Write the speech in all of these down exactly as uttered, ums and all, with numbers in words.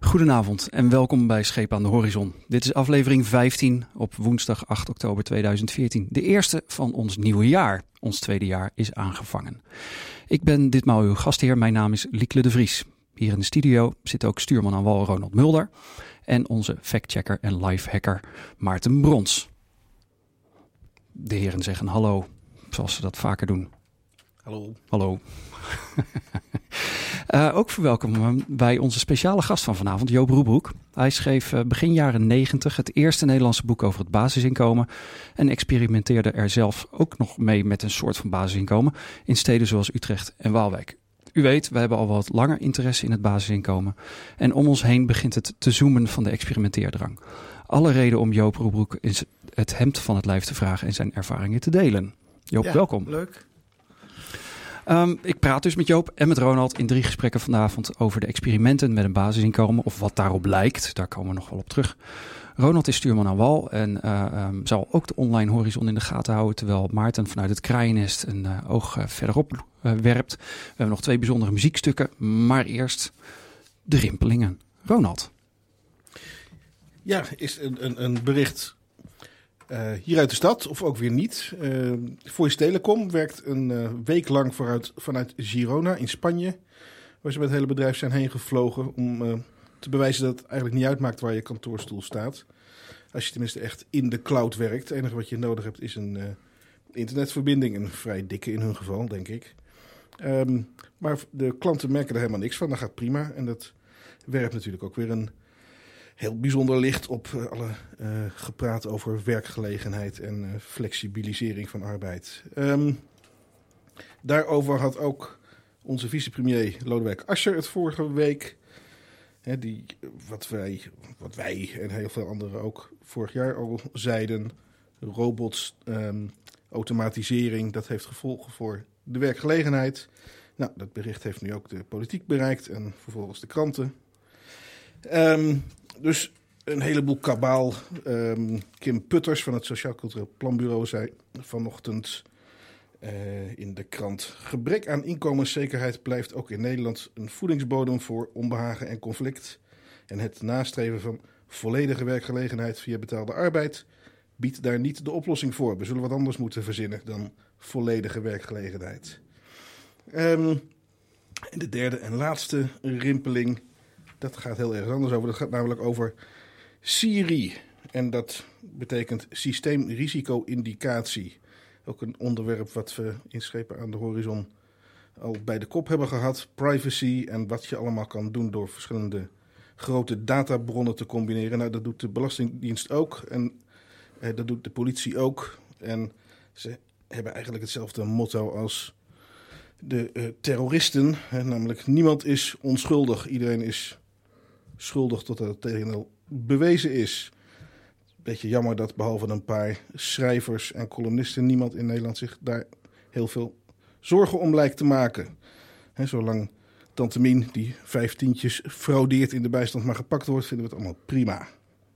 Goedenavond en welkom bij Schepen aan de Horizon. Dit is aflevering vijftien op woensdag acht oktober tweeduizend veertien. De eerste van ons nieuwe jaar. Ons tweede jaar is aangevangen. Ik ben ditmaal uw gastheer. Mijn naam is Liekle de Vries. Hier in de studio zit ook stuurman aan wal Ronald Mulder en onze factchecker en lifehacker Maarten Brons. De heren zeggen hallo, zoals ze dat vaker doen. Hallo. Hallo. uh, ook verwelkomen wij onze speciale gast van vanavond, Joop Roebroek. Hij schreef uh, begin jaren negentig het eerste Nederlandse boek over het basisinkomen en experimenteerde er zelf ook nog mee met een soort van basisinkomen in steden zoals Utrecht en Waalwijk. U weet, wij hebben al wat langer interesse in het basisinkomen en om ons heen begint het te zoomen van de experimenteerdrang. Alle reden om Joop Roebroek is het hemd van het lijf te vragen en zijn ervaringen te delen. Joop, ja, welkom. Leuk. Um, ik praat dus met Joop en met Ronald in drie gesprekken vanavond over de experimenten met een basisinkomen of wat daarop lijkt. Daar komen we nog wel op terug. Ronald is stuurman aan wal en uh, um, zal ook de online horizon in de gaten houden, terwijl Maarten vanuit het kraaiennest een uh, oog uh, verderop uh, werpt. We hebben nog twee bijzondere muziekstukken, maar eerst de rimpelingen. Ronald. Ja, is een, een, een bericht uh, hier uit de stad, of ook weer niet. Uh, Voice Telecom werkt een uh, week lang vooruit, vanuit Girona in Spanje, waar ze met het hele bedrijf zijn heen gevlogen om uh, te bewijzen dat het eigenlijk niet uitmaakt waar je kantoorstoel staat. Als je tenminste echt in de cloud werkt. Het enige wat je nodig hebt is een uh, internetverbinding, een vrij dikke in hun geval, denk ik. Um, maar de klanten merken er helemaal niks van, dat gaat prima. En dat werpt natuurlijk ook weer een heel bijzonder licht op uh, alle uh, gepraat over werkgelegenheid en uh, flexibilisering van arbeid. Um, daarover had ook onze vicepremier Lodewijk Asscher het vorige week. Hè, die, wat, wij, wat wij en heel veel anderen ook vorig jaar al zeiden. Robots, um, automatisering, dat heeft gevolgen voor de werkgelegenheid. Nou, dat bericht heeft nu ook de politiek bereikt en vervolgens de kranten. Um, dus een heleboel kabaal. Um, Kim Putters van het Sociaal Cultureel Planbureau zei vanochtend uh, in de krant: gebrek aan inkomenszekerheid blijft ook in Nederland een voedingsbodem voor onbehagen en conflict. En het nastreven van volledige werkgelegenheid via betaalde arbeid biedt daar niet de oplossing voor. We zullen wat anders moeten verzinnen dan volledige werkgelegenheid. Um, en de derde en laatste rimpeling, dat gaat heel erg anders over. Dat gaat namelijk over Siri. En dat betekent systeemrisico-indicatie. Ook een onderwerp wat we in Schepen aan de Horizon al bij de kop hebben gehad. Privacy en wat je allemaal kan doen door verschillende grote databronnen te combineren. Nou, dat doet de Belastingdienst ook. En eh, dat doet de politie ook. En ze hebben eigenlijk hetzelfde motto als de uh, terroristen. Hè, namelijk niemand is onschuldig. Iedereen is schuldig totdat het tegendeel bewezen is. Beetje jammer dat behalve een paar schrijvers en columnisten niemand in Nederland zich daar heel veel zorgen om lijkt te maken. He, zolang tante Mien die vijf tientjes fraudeert in de bijstand maar gepakt wordt, vinden we het allemaal prima.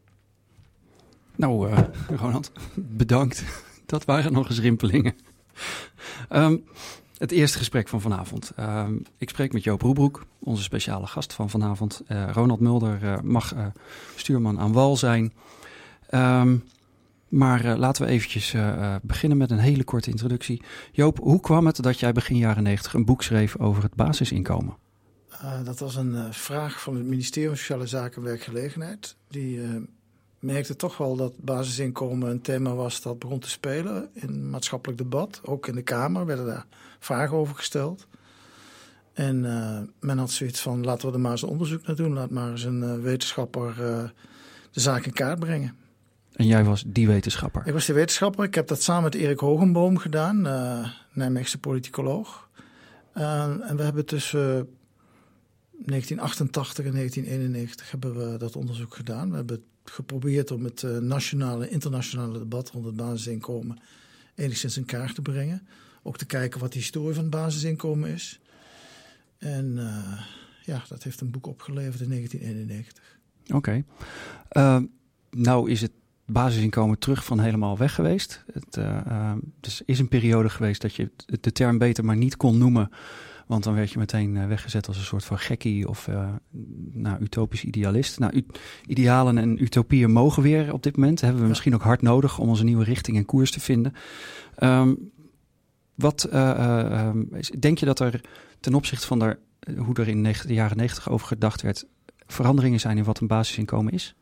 Nou, uh, Ronald, bedankt. Dat waren nog eens rimpelingen. Um, Het eerste gesprek van vanavond. Uh, ik spreek met Joop Roebroek, onze speciale gast van vanavond. Uh, Ronald Mulder uh, mag uh, stuurman aan wal zijn. Um, maar uh, laten we eventjes uh, uh, beginnen met een hele korte introductie. Joop, hoe kwam het dat jij begin jaren negentig een boek schreef over het basisinkomen? Uh, dat was een uh, vraag van het ministerie van Sociale Zaken en Werkgelegenheid. Die uh, merkte toch wel dat basisinkomen een thema was dat begon te spelen in maatschappelijk debat. Ook in de Kamer werden daar vragen over gesteld. En uh, men had zoiets van, laten we er maar eens een onderzoek naar doen. Laat maar eens een uh, wetenschapper uh, de zaak in kaart brengen. En jij was die wetenschapper? Ik was die wetenschapper. Ik heb dat samen met Erik Hogenboom gedaan, uh, Nijmeegse politicoloog. Uh, en we hebben tussen negentien achtentachtig en negentien eenennegentig hebben we dat onderzoek gedaan. We hebben geprobeerd om het uh, nationale en internationale debat rond het basisinkomen enigszins in kaart te brengen. Ook te kijken wat de historie van het basisinkomen is. En uh, ja, dat heeft een boek opgeleverd in negentien eenennegentig. Oké. Okay. Uh, nou is het basisinkomen terug van helemaal weg geweest. Het uh, uh, dus is een periode geweest dat je de term beter maar niet kon noemen. Want dan werd je meteen uh, weggezet als een soort van gekkie of uh, nou, utopisch idealist. Nou, u- idealen en utopieën mogen weer op dit moment. Hebben we ja. misschien ook hard nodig om onze nieuwe richting en koers te vinden. Um, wat uh, uh, um, denk je dat er ten opzichte van de, hoe er in de jaren negentig over gedacht werd, veranderingen zijn in wat een basisinkomen is?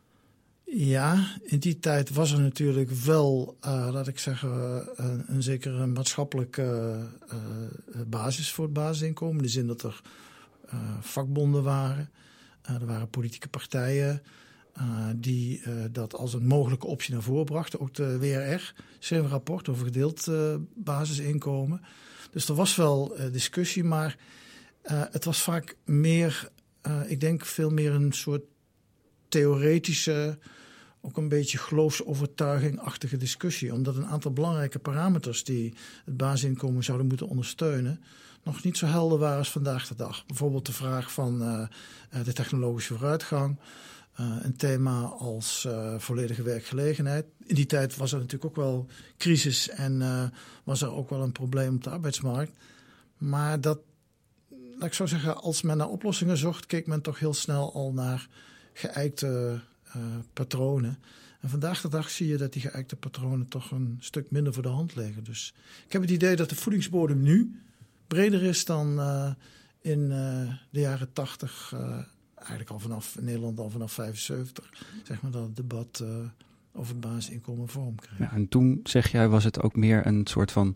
Ja, in die tijd was er natuurlijk wel, uh, laat ik zeggen, een, een zekere maatschappelijke uh, basis voor het basisinkomen. In de zin dat er uh, vakbonden waren, uh, er waren politieke partijen uh, die uh, dat als een mogelijke optie naar voren brachten. Ook de W R R schreef een rapport over gedeeld uh, basisinkomen. Dus er was wel uh, discussie, maar uh, het was vaak meer, uh, ik denk veel meer een soort theoretische, ook een beetje geloofsovertuiging-achtige discussie. Omdat een aantal belangrijke parameters die het basisinkomen zouden moeten ondersteunen, nog niet zo helder waren als vandaag de dag. Bijvoorbeeld de vraag van uh, de technologische vooruitgang. Uh, een thema als uh, volledige werkgelegenheid. In die tijd was er natuurlijk ook wel crisis en uh, was er ook wel een probleem op de arbeidsmarkt. Maar dat, laat ik zo zeggen, als men naar oplossingen zocht, keek men toch heel snel al naar geëikte uh, patronen. En vandaag de dag zie je dat die geëikte patronen toch een stuk minder voor de hand liggen. Dus ik heb het idee dat de voedingsbodem nu breder is dan uh, in uh, de jaren tachtig, uh, eigenlijk al vanaf in Nederland al vanaf vijfenzeventig, zeg maar, dat het debat uh, over het basisinkomen vorm kreeg. Ja, en toen, zeg jij, was het ook meer een soort van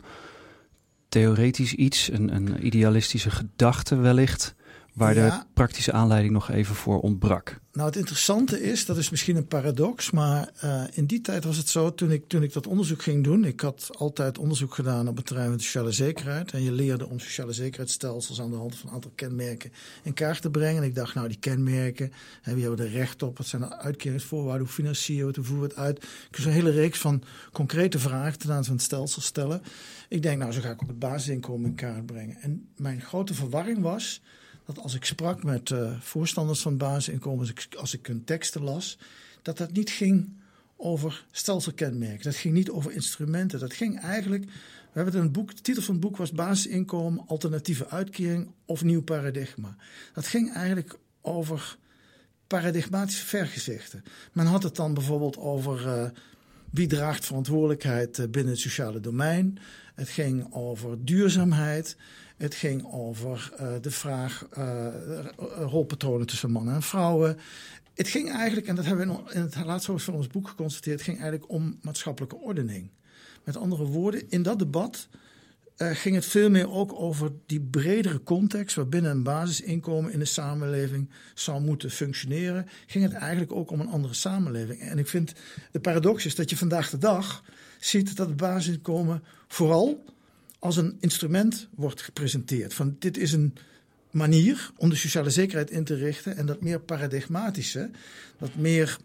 theoretisch iets, een, een idealistische gedachte wellicht, waar ja. de praktische aanleiding nog even voor ontbrak. Nou, het interessante is, dat is misschien een paradox, maar uh, in die tijd was het zo, toen ik, toen ik dat onderzoek ging doen, ik had altijd onderzoek gedaan op het terrein van de sociale zekerheid. En je leerde om sociale zekerheidsstelsels aan de hand van een aantal kenmerken in kaart te brengen. En ik dacht, nou, die kenmerken, hè, wie hebben er recht op? Wat zijn de uitkeringsvoorwaarden? Hoe financieren we het? Hoe voeren we het uit? Ik kon een hele reeks van concrete vragen ten aanzien van het stelsel stellen. Ik denk, nou, zo ga ik ook het basisinkomen in kaart brengen. En mijn grote verwarring was dat als ik sprak met uh, voorstanders van het basisinkomen, als ik, als ik hun teksten las, dat dat niet ging over stelselkenmerken. Dat ging niet over instrumenten. Dat ging eigenlijk, we hebben het in het boek, de titel van het boek was Basisinkomen, alternatieve uitkering of nieuw paradigma. Dat ging eigenlijk over paradigmatische vergezichten. Men had het dan bijvoorbeeld over uh, wie draagt verantwoordelijkheid uh, binnen het sociale domein. Het ging over duurzaamheid. Het ging over uh, de vraag uh, rolpatronen tussen mannen en vrouwen. Het ging eigenlijk, en dat hebben we in het laatste hoofdstuk van ons boek geconstateerd, het ging eigenlijk om maatschappelijke ordening. Met andere woorden, in dat debat uh, ging het veel meer ook over die bredere context waarbinnen een basisinkomen in de samenleving zou moeten functioneren. Ging het eigenlijk ook om een andere samenleving. En ik vind de paradox is dat je vandaag de dag ziet dat het basisinkomen vooral als een instrument wordt gepresenteerd. Van dit is een manier om de sociale zekerheid in te richten en dat meer paradigmatische, dat meer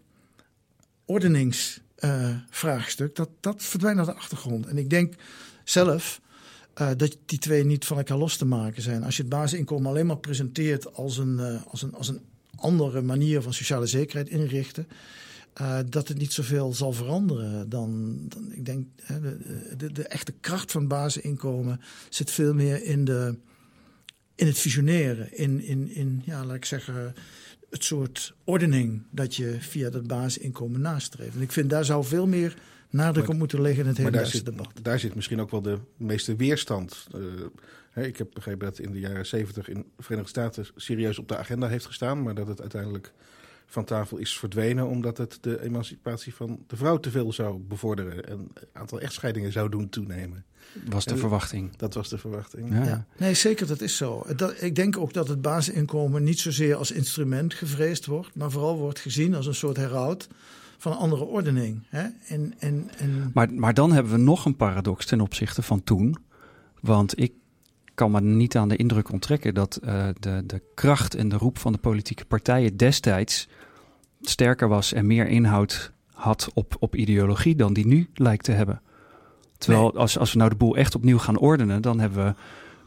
ordeningsvraagstuk, uh, dat, dat verdwijnt naar de achtergrond. En ik denk zelf uh, dat die twee niet van elkaar los te maken zijn. Als je het basisinkomen alleen maar presenteert als een, uh, als een, als een andere manier van sociale zekerheid inrichten, Uh, dat het niet zoveel zal veranderen dan, dan ik denk, hè, de, de, de echte kracht van het basisinkomen zit veel meer in, de, in het visioneren, in, in, in ja, laat ik zeggen, het soort ordening dat je via dat basisinkomen nastreeft. En ik vind daar zou veel meer nadruk op moeten liggen in het hele debat. Daar zit misschien ook wel de meeste weerstand. Uh, hè, ik heb begrepen dat in de jaren zeventig in de Verenigde Staten serieus op de agenda heeft gestaan, maar dat het uiteindelijk van tafel is verdwenen omdat het de emancipatie van de vrouw te veel zou bevorderen en het aantal echtscheidingen zou doen toenemen. Was de en, verwachting. Dat was de verwachting. Ja. Ja. Nee, zeker, dat is zo. Dat, ik denk ook dat het basisinkomen niet zozeer als instrument gevreesd wordt, maar vooral wordt gezien als een soort herhoud van een andere ordening. Hè? En, en, en... Maar, maar dan hebben we nog een paradox ten opzichte van toen. Want ik kan me niet aan de indruk onttrekken dat uh, de, de kracht en de roep van de politieke partijen destijds sterker was en meer inhoud had op, op ideologie dan die nu lijkt te hebben. Terwijl nee. als, als we nou de boel echt opnieuw gaan ordenen, dan hebben we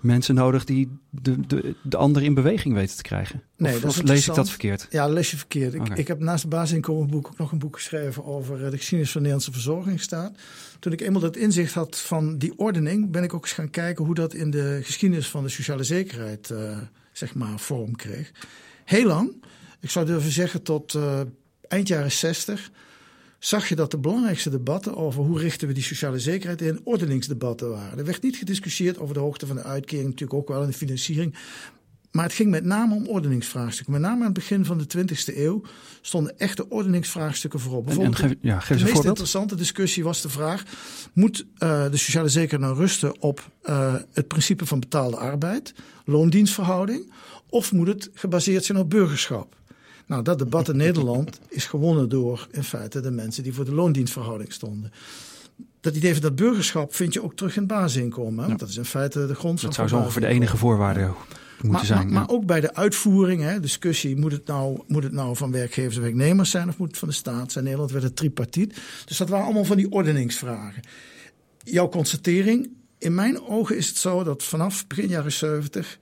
mensen nodig die de, de, de ander in beweging weten te krijgen. Nee, of, dat is of lees ik dat verkeerd? Ja, lees je verkeerd. Okay. Ik, ik heb naast het basisinkomenboek ook nog een boek geschreven over de geschiedenis van de Nederlandse verzorgingsstaat. Toen ik eenmaal dat inzicht had van die ordening, ben ik ook eens gaan kijken hoe dat in de geschiedenis van de sociale zekerheid uh, zeg maar vorm kreeg. Heel lang, ik zou durven zeggen tot uh, eind jaren zestig, zag je dat de belangrijkste debatten over hoe richten we die sociale zekerheid in, ordeningsdebatten waren. Er werd niet gediscussieerd over de hoogte van de uitkering, natuurlijk ook wel in de financiering. Maar het ging met name om ordeningsvraagstukken. Met name aan het begin van de twintigste eeuw stonden echte ordeningsvraagstukken voorop. Bijvoorbeeld, en, en geef, ja, geef de meest voorbeeld. interessante discussie was de vraag: moet uh, de sociale zekerheid nou rusten op uh, het principe van betaalde arbeid, loondienstverhouding, of moet het gebaseerd zijn op burgerschap? Nou, dat debat in Nederland is gewonnen door in feite de mensen die voor de loondienstverhouding stonden. Dat idee van dat burgerschap vind je ook terug in het basisinkomen. Hè? Ja. Dat is in feite de grondslag. Dat zou zo ongeveer de enige voorwaarde ja. moeten maar, zijn. Maar, ja. maar ook bij de uitvoering, hè, discussie, moet het, nou, moet het nou van werkgevers en werknemers zijn of moet het van de staat zijn? In Nederland werd het tripartiet. Dus dat waren allemaal van die ordeningsvragen. Jouw constatering, in mijn ogen is het zo dat vanaf begin jaren zeventig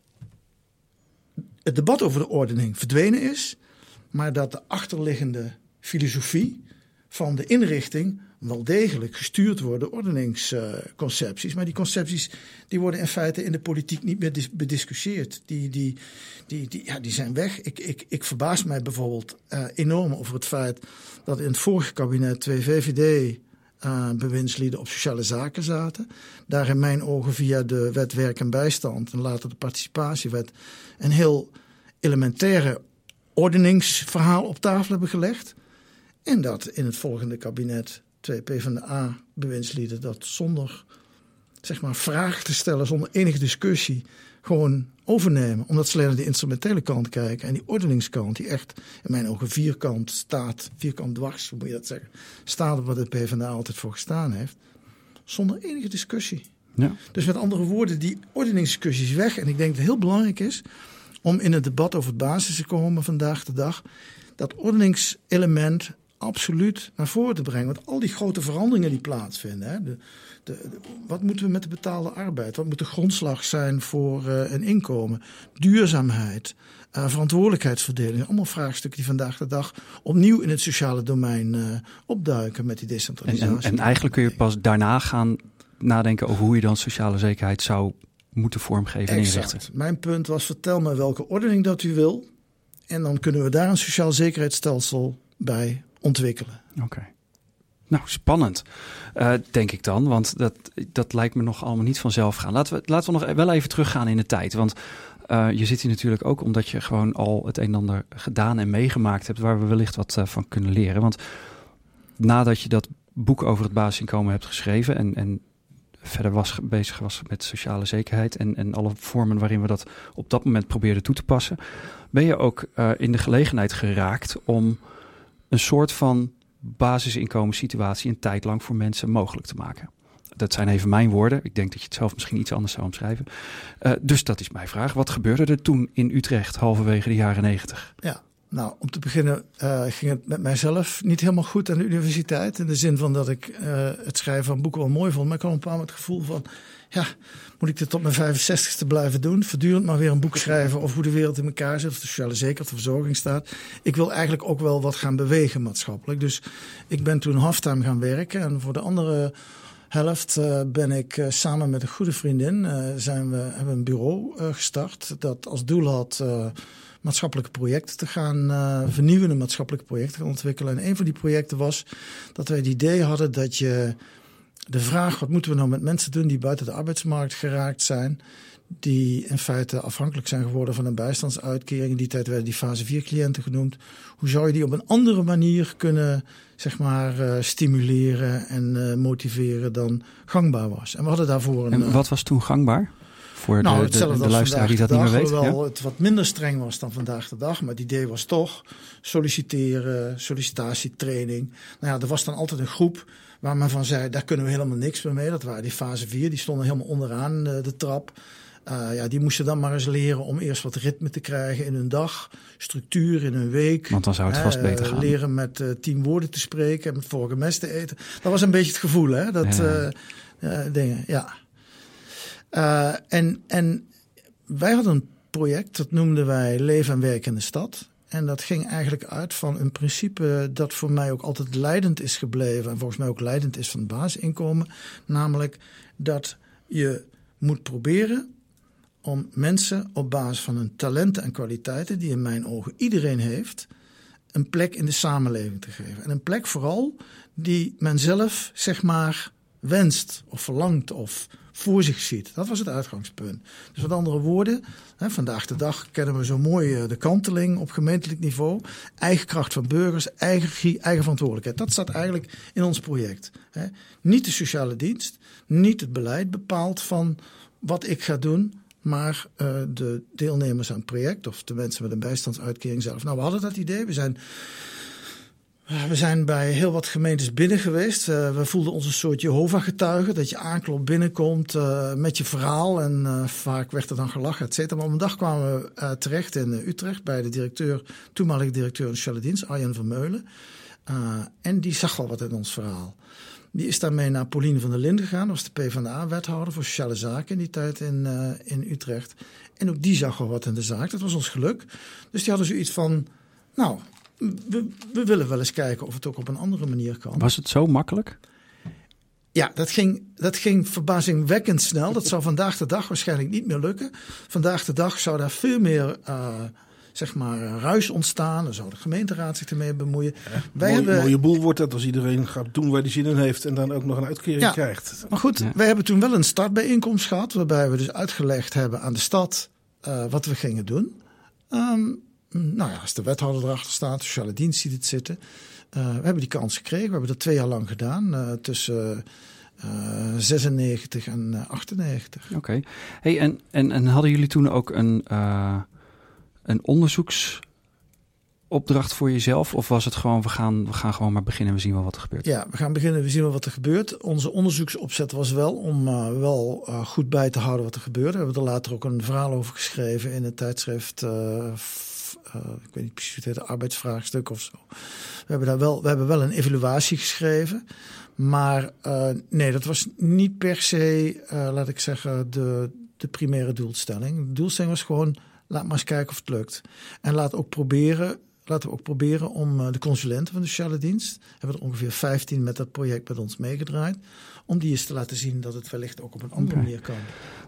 het debat over de ordening verdwenen is, maar dat de achterliggende filosofie van de inrichting wel degelijk gestuurd wordt door ordeningsconcepties. Uh, maar die concepties die worden in feite in de politiek niet meer dis- bediscussieerd. Die, die, die, die, ja, die zijn weg. Ik, ik, ik verbaas mij bijvoorbeeld uh, enorm over het feit dat in het vorige kabinet twee V V D Uh, bewindslieden op sociale zaken zaten. Daar in mijn ogen via de wet werk en bijstand en later de participatiewet een heel elementaire ordeningsverhaal op tafel hebben gelegd. En dat in het volgende kabinet twee PvdA bewindslieden dat zonder zeg maar vragen te stellen, zonder enige discussie gewoon overnemen. Omdat ze alleen naar de instrumentele kant kijken en die ordeningskant die echt in mijn ogen vierkant staat, vierkant dwars, hoe moet je dat zeggen, staat op wat de PvdA altijd voor gestaan heeft. Zonder enige discussie. Ja. Dus met andere woorden, die ordeningsdiscussie is weg. En ik denk dat het heel belangrijk is om in het debat over het basisinkomen vandaag de dag dat ordeningselement absoluut naar voren te brengen. Want al die grote veranderingen die plaatsvinden. Hè, de, de, de, wat moeten we met de betaalde arbeid? Wat moet de grondslag zijn voor uh, een inkomen? Duurzaamheid, uh, verantwoordelijkheidsverdeling. Allemaal vraagstukken die vandaag de dag opnieuw in het sociale domein uh, opduiken met die decentralisatie. En, en, en eigenlijk kun je pas daarna gaan nadenken over hoe je dan sociale zekerheid zou moeten vormgeven en exact. inrichten. Mijn punt was, vertel me welke ordening dat u wil. En dan kunnen we daar een sociaal zekerheidsstelsel bij ontwikkelen. Oké. Okay. Nou, spannend, uh, denk ik dan. Want dat, dat lijkt me nog allemaal niet vanzelf gaan. Laten we, laten we nog wel even teruggaan in de tijd. Want uh, je zit hier natuurlijk ook omdat je gewoon al het een en ander gedaan en meegemaakt hebt, waar we wellicht wat uh, van kunnen leren. Want nadat je dat boek over het basisinkomen hebt geschreven en, en verder was, bezig was met sociale zekerheid en, en alle vormen waarin we dat op dat moment probeerden toe te passen, ben je ook uh, in de gelegenheid geraakt om een soort van basisinkomenssituatie een tijd lang voor mensen mogelijk te maken. Dat zijn even mijn woorden. Ik denk dat je het zelf misschien iets anders zou omschrijven. Uh, dus dat is mijn vraag. Wat gebeurde er toen in Utrecht halverwege de jaren negentig? Ja, nou, om te beginnen uh, ging het met mijzelf niet helemaal goed aan de universiteit. In de zin van dat ik uh, het schrijven van boeken wel mooi vond. Maar ik had een paar met het gevoel van, ja, moet ik dit tot mijn vijfenzestigste blijven doen? Voortdurend maar weer een boek schrijven over hoe de wereld in elkaar zit, of de sociale zekerheid, of de verzorging staat. Ik wil eigenlijk ook wel wat gaan bewegen maatschappelijk. Dus ik ben toen halftime gaan werken. En voor de andere helft uh, ben ik uh, samen met een goede vriendin, uh, zijn we, hebben we een bureau uh, gestart dat als doel had Uh, maatschappelijke projecten te gaan uh, vernieuwende maatschappelijke projecten te gaan ontwikkelen. En een van die projecten was dat wij het idee hadden dat je de vraag, wat moeten we nou met mensen doen die buiten de arbeidsmarkt geraakt zijn, die in feite afhankelijk zijn geworden van een bijstandsuitkering. In die tijd werden die fase vier cliënten genoemd. Hoe zou je die op een andere manier kunnen, zeg maar, uh, stimuleren en uh, motiveren dan gangbaar was? En we hadden daarvoor een. En wat was toen gangbaar? Voor nou, de, hetzelfde de, de luisteraar die dat dag, niet meer weet. Hoewel ja? het wat minder streng was dan vandaag de dag. Maar het idee was toch solliciteren, sollicitatietraining. Nou ja, er was dan altijd een groep waar men van zei, daar kunnen we helemaal niks meer mee. Dat waren die fase vier, die stonden helemaal onderaan de, de trap. Uh, ja, die moesten dan maar eens leren om eerst wat ritme te krijgen in hun dag. Structuur in hun week. Want dan zou het vast uh, beter gaan. Leren met uh, tien woorden te spreken en met vorige mes te eten. Dat was een beetje het gevoel, hè? Dat ja. uh, uh, dingen, ja. Uh, en, en wij hadden een project, dat noemden wij Leven en Werk in de Stad. En dat ging eigenlijk uit van een principe dat voor mij ook altijd leidend is gebleven. En volgens mij ook leidend is van het basisinkomen. Namelijk dat je moet proberen om mensen op basis van hun talenten en kwaliteiten, die in mijn ogen iedereen heeft, een plek in de samenleving te geven. En een plek vooral die men zelf, zeg maar, wenst of verlangt of voor zich ziet. Dat was het uitgangspunt. Dus met andere woorden, hè, vandaag de dag kennen we zo mooi de kanteling op gemeentelijk niveau. Eigen kracht van burgers, eigen regie, eigen verantwoordelijkheid. Dat staat eigenlijk in ons project. Hè. Niet de sociale dienst, niet het beleid bepaalt van wat ik ga doen, maar uh, de deelnemers aan het project of de mensen met een bijstandsuitkering zelf. Nou, we hadden dat idee. We zijn, we zijn bij heel wat gemeentes binnen geweest. Uh, we voelden ons een soort Jehovah-getuige. Dat je aanklopt, binnenkomt uh, met je verhaal. En uh, vaak werd er dan gelachen, et cetera. Maar op een dag kwamen we uh, terecht in uh, Utrecht bij de directeur, toenmalige directeur van de sociale dienst, Arjen Vermeulen. Uh, en die zag wel wat in ons verhaal. Die is daarmee naar Pauline van der Linden gegaan. Dat was de PvdA-wethouder voor sociale zaken in die tijd in, uh, in Utrecht. En ook die zag wel wat in de zaak. Dat was ons geluk. Dus die hadden zoiets van, nou, we, we willen wel eens kijken of het ook op een andere manier kan. Was het zo makkelijk? Ja, dat ging, dat ging verbazingwekkend snel. Dat zou vandaag de dag waarschijnlijk niet meer lukken. Vandaag de dag zou daar veel meer Uh, zeg maar ruis ontstaan. Dan zou de gemeenteraad zich ermee bemoeien. Ja, wij mooi, hebben, mooie boel wordt dat als iedereen gaat doen waar hij zin in heeft en dan ook nog een uitkering ja, krijgt. Maar goed, ja. wij hebben toen wel een startbijeenkomst gehad, waarbij we dus uitgelegd hebben aan de stad uh, wat we gingen doen. Um, nou ja, als de wethouder erachter staat, de sociale dienst ziet het zitten. Uh, we hebben die kans gekregen. We hebben dat twee jaar lang gedaan, uh, tussen uh, zesennegentig en uh, achtennegentig. Oké. Okay. Hey, en, en, en hadden jullie toen ook een Uh... een onderzoeksopdracht voor jezelf? Of was het gewoon, we gaan, we gaan gewoon maar beginnen en we zien wel wat er gebeurt? Ja, we gaan beginnen, we zien wel wat er gebeurt. Onze onderzoeksopzet was wel om uh, wel uh, goed bij te houden wat er gebeurde. We hebben er later ook een verhaal over geschreven in het tijdschrift, uh, f, uh, ik weet niet precies hoe het heet, arbeidsvraagstuk of zo. We hebben, daar wel, we hebben wel een evaluatie geschreven. Maar uh, nee, dat was niet per se, uh, laat ik zeggen, de, de primaire doelstelling. De doelstelling was gewoon, laat maar eens kijken of het lukt. En laat ook proberen, laten we ook proberen om de consulenten van de sociale dienst, hebben er ongeveer vijftien met dat project met ons meegedraaid, om die eens te laten zien dat het wellicht ook op een andere okay. manier kan.